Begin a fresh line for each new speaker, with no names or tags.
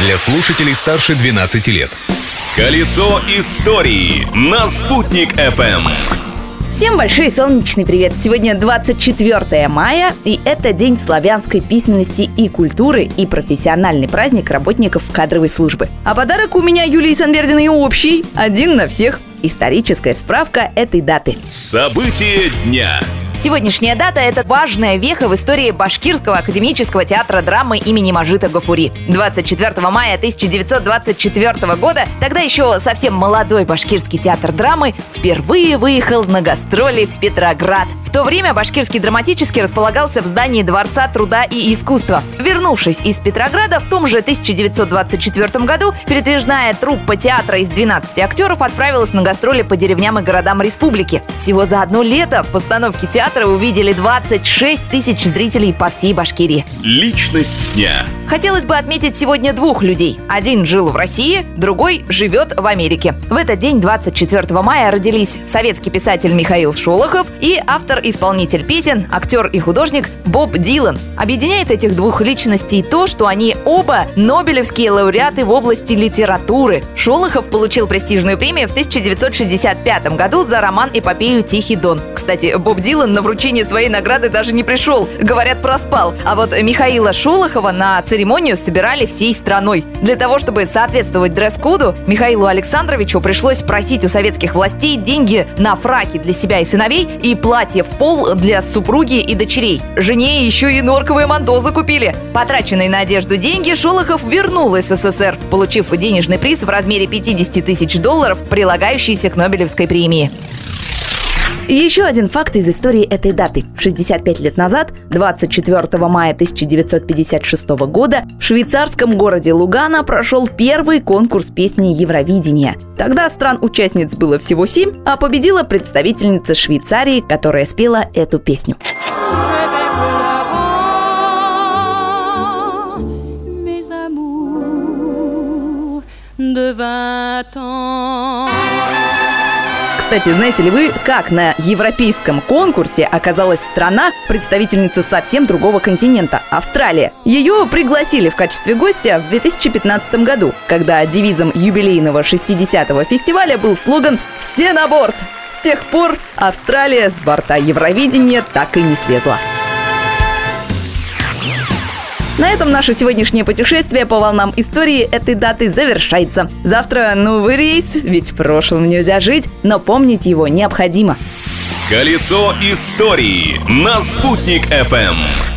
Для слушателей старше 12 лет. Колесо истории на Спутник FM.
Всем большой солнечный привет! Сегодня 24 мая, и это День славянской письменности и культуры и профессиональный праздник работников кадровой службы. А подарок у меня, Юлии Санбердиной, общий, один на всех. Историческая справка этой даты.
События дня.
Сегодняшняя дата – это важная веха в истории Башкирского академического театра драмы имени Мажита Гафури. 24 мая 1924 года тогда еще совсем молодой Башкирский театр драмы впервые выехал на гастроли в Петроград. В то время Башкирский драматический располагался в здании Дворца труда и искусства. Вернувшись из Петрограда, в том же 1924 году передвижная труппа театра из 12 актеров отправилась на гастроли по деревням и городам республики. Всего за одно лето постановки театра увидели 26 тысяч зрителей по всей Башкирии.
Личность дня.
Хотелось бы отметить сегодня двух людей. Один жил в России, другой живет в Америке. В этот день, 24 мая, родились советский писатель Михаил Шолохов и автор-исполнитель песен, актер и художник Боб Дилан. Объединяет этих двух личностей то, что они оба нобелевские лауреаты в области литературы. Шолохов получил престижную премию в 1965 году за роман-эпопею «Тихий Дон». Кстати, Боб Дилан на вручение своей награды даже не пришел. Говорят, проспал. А вот Михаила Шолохова на церемонию собирали всей страной. Для того, чтобы соответствовать дресс-коду, Михаилу Александровичу пришлось просить у советских властей деньги на фраки для себя и сыновей и платье в пол для супруги и дочерей. Жене еще и норковое манто закупили. Потраченные на одежду деньги Шолохов вернул СССР, получив денежный приз в размере $50 тысяч, прилагающийся к Нобелевской премии. Еще один факт из истории этой даты. 65 лет назад, 24 мая 1956 года, в швейцарском городе Лугано прошел первый конкурс песни Евровидения. Тогда стран-участниц было всего 7, а победила представительница Швейцарии, которая спела эту песню. Кстати, знаете ли вы, как на европейском конкурсе оказалась страна, представительница совсем другого континента – Австралия? Ее пригласили в качестве гостя в 2015 году, когда девизом юбилейного 60-го фестиваля был слоган «Все на борт!». С тех пор Австралия с борта Евровидения так и не слезла. На этом наше сегодняшнее путешествие по волнам истории этой даты завершается. Завтра новый рейс, ведь в прошлом нельзя жить, но помнить его необходимо.
Колесо истории на Спутник FM.